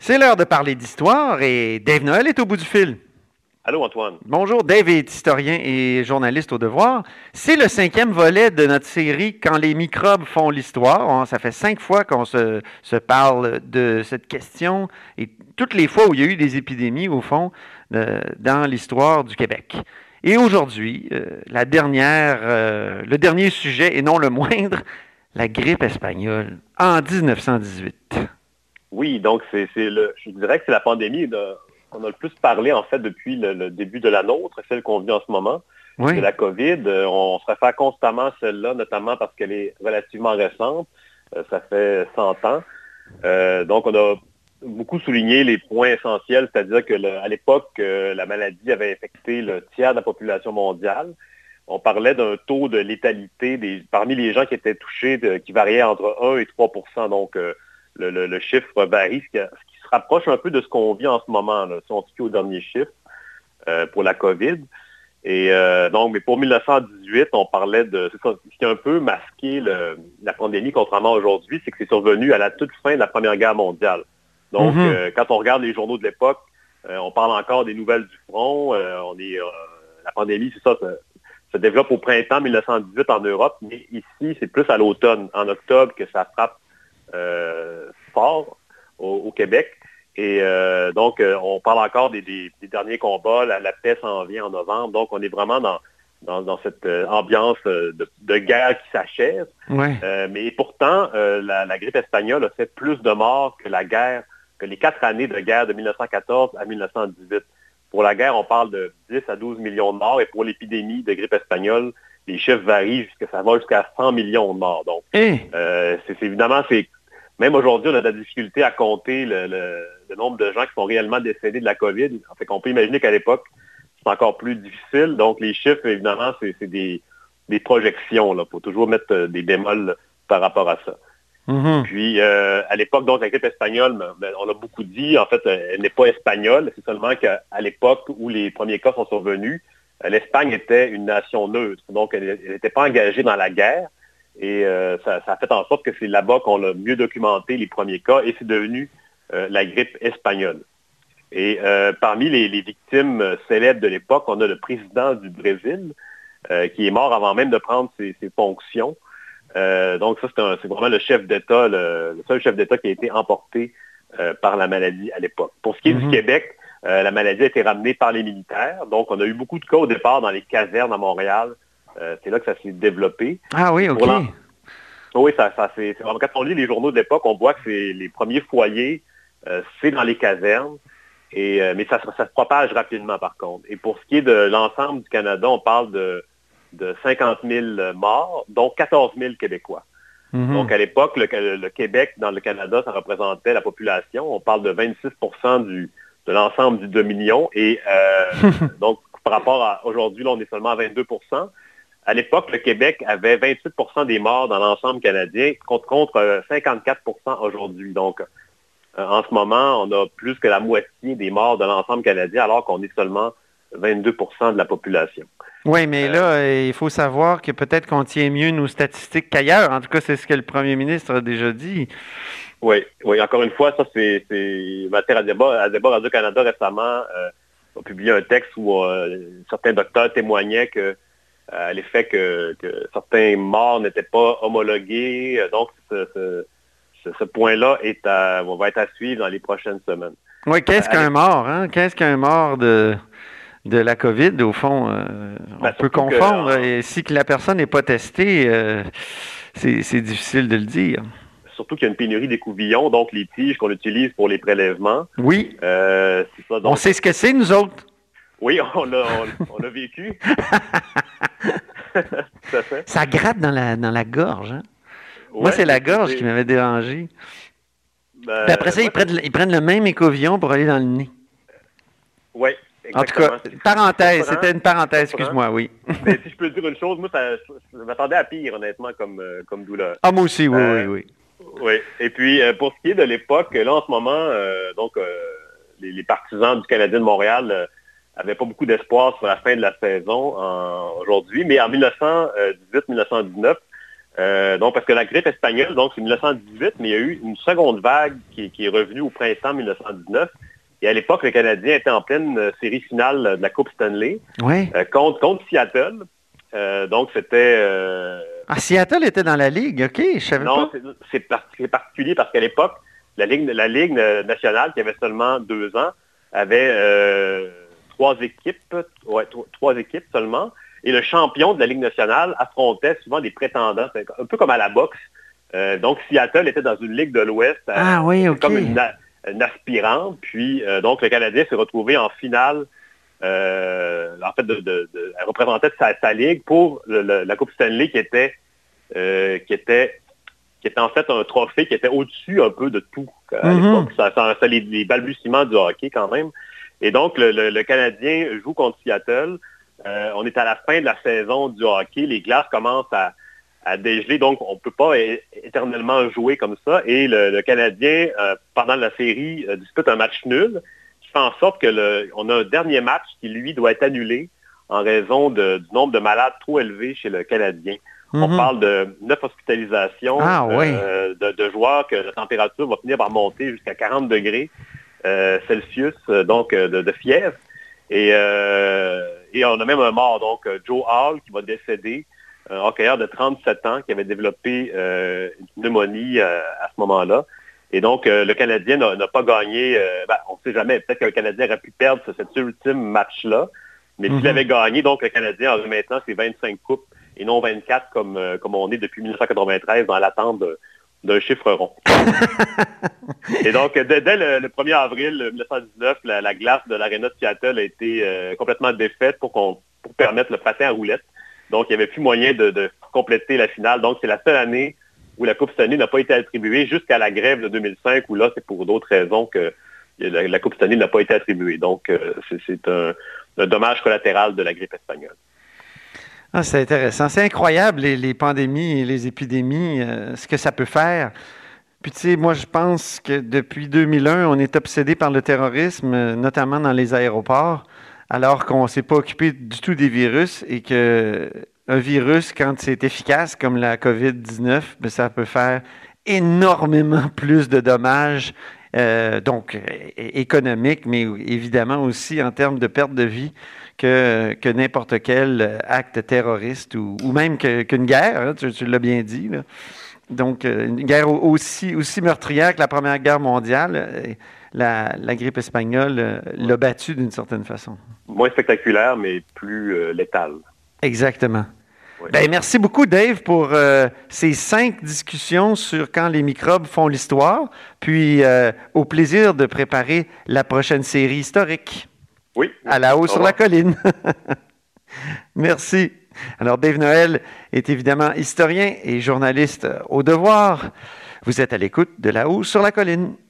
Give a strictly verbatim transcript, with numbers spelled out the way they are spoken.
C'est l'heure de parler d'histoire et Dave Noël est au bout du fil. Allô, Antoine. Bonjour, Dave est historien et journaliste au Devoir. C'est le cinquième volet de notre série Quand les microbes font l'histoire. Ça fait cinq fois qu'on se, se parle de cette question et toutes les fois où il y a eu des épidémies, au fond, euh, dans l'histoire du Québec. Et aujourd'hui, euh, la dernière, euh, le dernier sujet, et non le moindre, la grippe espagnole en dix-neuf cent dix-huit. Oui, donc c'est, c'est le, je dirais que c'est la pandémie de, on a le plus parlé en fait depuis le, le début de la nôtre, celle qu'on vit en ce moment, oui. de la COVID. Euh, on se réfère constamment à celle-là, notamment parce qu'elle est relativement récente. Euh, ça fait cent ans. Euh, donc on a beaucoup souligné les points essentiels, c'est-à-dire que le, à l'époque, euh, la maladie avait infecté le tiers de la population mondiale. On parlait d'un taux de létalité des, parmi les gens qui étaient touchés de, qui variait entre un et trois pour cent. Donc, euh, le, le, le chiffre varie, ce qui, ce qui se rapproche un peu de ce qu'on vit en ce moment, là, si on se fie aux derniers chiffres euh, pour la COVID. Et euh, donc, mais pour dix-neuf cent dix-huit, on parlait de... C'est ça, ce qui a un peu masqué le, la pandémie, contrairement à aujourd'hui, c'est que c'est survenu à la toute fin de la Première Guerre mondiale. Donc, mm-hmm. euh, quand on regarde les journaux de l'époque, euh, on parle encore des nouvelles du front. Euh, on est, euh, la pandémie, c'est ça... ça se développe au printemps dix-neuf cent dix-huit en Europe, mais ici, c'est plus à l'automne, en octobre, que ça frappe euh, fort au, au Québec. Et euh, donc, euh, on parle encore des, des, des derniers combats, la, la paix s'en vient en novembre, donc on est vraiment dans, dans, dans cette euh, ambiance de, de guerre qui s'achève. Ouais. Euh, mais pourtant, euh, la, la grippe espagnole a fait plus de morts que la guerre, que les quatre années de guerre de dix-neuf cent quatorze à dix-neuf cent dix-huit. Pour la guerre, on parle de dix à douze millions de morts, et pour l'épidémie de grippe espagnole, les chiffres varient, jusqu'à, ça va jusqu'à cent millions de morts. Donc, hey. euh, c'est, c'est évidemment, c'est même aujourd'hui, on a de la difficulté à compter le, le, le nombre de gens qui sont réellement décédés de la COVID. En fait, on peut imaginer qu'à l'époque, c'est encore plus difficile. Donc, les chiffres, évidemment, c'est, c'est des, des projections. Il faut toujours mettre des bémols là, par rapport à ça. Mm-hmm. Puis, euh, à l'époque, donc, la grippe espagnole, ben, on l'a beaucoup dit, en fait, elle n'est pas espagnole. C'est seulement qu'à l'époque où les premiers cas sont survenus, l'Espagne était une nation neutre. Donc, elle n'était pas engagée dans la guerre. Et euh, ça, ça a fait en sorte que c'est là-bas qu'on a mieux documenté les premiers cas et c'est devenu euh, la grippe espagnole. Et euh, parmi les, les victimes célèbres de l'époque, on a le président du Brésil euh, qui est mort avant même de prendre ses, ses fonctions. Euh, donc ça, c'est, un, c'est vraiment le chef d'État, le, le seul chef d'État qui a été emporté euh, par la maladie à l'époque. Pour ce qui est mm-hmm. du Québec, euh, la maladie a été ramenée par les militaires. Donc, on a eu beaucoup de cas au départ dans les casernes à Montréal. Euh, c'est là que ça s'est développé. Ah oui, OK. Oui, ça, ça c'est, c'est vraiment, quand on lit les journaux de l'époque, on voit que c'est les premiers foyers, euh, c'est dans les casernes. Et, euh, mais ça, ça se propage rapidement, par contre. Et pour ce qui est de l'ensemble du Canada, on parle de... de cinquante mille morts, dont quatorze mille Québécois. Mm-hmm. Donc, à l'époque, le, le Québec, dans le Canada, ça représentait la population. On parle de vingt-six pour cent du, de l'ensemble du Dominion. Et euh, donc, par rapport à aujourd'hui, là, on est seulement à vingt-deux pour cent. À l'époque, le Québec avait vingt-huit pour cent des morts dans l'ensemble canadien, contre, contre cinquante-quatre pour cent aujourd'hui. Donc, euh, en ce moment, on a plus que la moitié des morts de l'ensemble canadien, alors qu'on est seulement vingt-deux pour cent de la population. Oui, mais là, euh, il faut savoir que peut-être qu'on tient mieux nos statistiques qu'ailleurs. En tout cas, c'est ce que le premier ministre a déjà dit. Oui, oui. Encore une fois, ça, c'est, c'est matière à débat. À débat Radio-Canada, récemment, euh, a publié un texte où euh, certains docteurs témoignaient que, euh, l'effet que, que certains morts n'étaient pas homologués. Donc, ce, ce, ce, ce point-là est à, va être à suivre dans les prochaines semaines. Oui, qu'est-ce qu'un mort, hein? Qu'est-ce qu'un mort de... de la COVID, au fond, euh, ben, on peut confondre. Que, et si que la personne n'est pas testée, euh, c'est, c'est difficile de le dire. Surtout qu'il y a une pénurie d'écouvillons, donc les tiges qu'on utilise pour les prélèvements. Oui. Euh, c'est ça, donc... On sait ce que c'est, nous autres. Oui, on l'a, on, on l'a vécu. Ça, fait. Ça gratte dans la, dans la gorge. Hein? Ouais, moi, c'est la gorge c'est... qui m'avait dérangé. Ben, Puis après ça, moi, ils, prennent, ils prennent le même écouvillon pour aller dans le nez. Oui. En tout cas, parenthèse, c'était une parenthèse, excuse-moi, oui. Mais si je peux dire une chose, moi, ça, je m'attendais à pire, honnêtement, comme, euh, comme douleur. Ah, moi aussi, oui, euh, oui, oui. Oui. Et puis, euh, pour ce qui est de l'époque, là, en ce moment, euh, donc, euh, les, les partisans du Canadien de Montréal n'avaient euh, pas beaucoup d'espoir sur la fin de la saison en, aujourd'hui. Mais en dix-neuf cent dix-huit dix-neuf cent dix-neuf, Euh, donc, parce que la grippe espagnole, donc c'est mille neuf cent dix-huit, mais il y a eu une seconde vague qui, qui est revenue au printemps mille neuf cent dix-neuf. Et à l'époque, le Canadien était en pleine euh, série finale de la Coupe Stanley oui. euh, contre, contre Seattle. Euh, donc, c'était... Euh... Ah, Seattle était dans la Ligue, OK, je savais non, pas. Non, c'est, c'est particulier parce qu'à l'époque, la Ligue, la Ligue nationale, qui avait seulement deux ans, avait euh, trois équipes, ouais, trois équipes seulement. Et le champion de la Ligue nationale affrontait souvent des prétendants, un peu comme à la boxe. Euh, donc, Seattle était dans une Ligue de l'Ouest, ah, euh, oui, okay. comme une, une aspirante. Puis, euh, donc, le Canadien s'est retrouvé en finale. Euh, en fait, de, de, de, elle représentait sa, sa ligue pour le, le, la Coupe Stanley qui était, euh, qui était, qui était en fait un trophée qui était au-dessus un peu de tout à mm-hmm. l'époque. Ça, ça, ça les, les balbutiements du hockey quand même. Et donc, le, le, le Canadien joue contre Seattle. Euh, on est à la fin de la saison du hockey. Les glaces commencent à, à dégeler, donc on ne peut pas é- éternellement jouer comme ça. Et le, le Canadien, euh, pendant la série, euh, dispute un match nul, qui fait en sorte que le, on a un dernier match qui, lui, doit être annulé en raison de, du nombre de malades trop élevé chez le Canadien. Mm-hmm. On parle de neuf hospitalisations ah, oui. euh, de, de joueurs que la température va finir par monter jusqu'à quarante degrés euh, Celsius, donc de, de fièvre. Et, euh, et on a même un mort, donc Joe Hall, qui va décéder, un hockeyeur de trente-sept ans qui avait développé euh, une pneumonie euh, à ce moment-là. Et donc, euh, le Canadien n'a, n'a pas gagné, euh, ben, on ne sait jamais, peut-être que le Canadien aurait pu perdre ce, cet ultime match-là, mais mm-hmm. s'il avait gagné, donc le Canadien aurait maintenant ses vingt-cinq coupes et non vingt-quatre comme, euh, comme on est depuis dix-neuf cent quatre-vingt-treize dans l'attente de, d'un chiffre rond. Et donc, dès, dès le, le premier avril dix-neuf cent dix-neuf, la, la glace de l'aréna de Seattle a été euh, complètement défaite pour, qu'on, pour permettre le patin à roulettes. Donc, il n'y avait plus moyen de, de compléter la finale. Donc, c'est la seule année où la Coupe Stanley n'a pas été attribuée jusqu'à la grève de deux mille cinq, où là, c'est pour d'autres raisons que la, la Coupe Stanley n'a pas été attribuée. Donc, euh, c'est, c'est un, un dommage collatéral de la grippe espagnole. Ah, c'est intéressant. C'est incroyable, les, les pandémies et les épidémies, euh, ce que ça peut faire. Puis, tu sais, moi, je pense que depuis deux mille un, on est obsédé par le terrorisme, notamment dans les aéroports, alors qu'on ne s'est pas occupé du tout des virus et que un virus, quand c'est efficace, comme la covid dix-neuf, bien, ça peut faire énormément plus de dommages, euh, donc é- économiques, mais évidemment aussi en termes de perte de vie que, que n'importe quel acte terroriste ou, ou même que, qu'une guerre, hein, tu, tu l'as bien dit, là. Donc, une guerre aussi, aussi meurtrière que la Première Guerre mondiale, la, la grippe espagnole l'a battue d'une certaine façon. Moins spectaculaire, mais plus euh, létale. Exactement. Oui. Ben, merci beaucoup, Dave, pour euh, ces cinq discussions sur quand les microbes font l'histoire, puis euh, au plaisir de préparer la prochaine série historique. Oui. À la haut sur la colline. Merci. Alors, Dave Noël est évidemment historien et journaliste au Devoir. Vous êtes à l'écoute de La Haut sur la colline.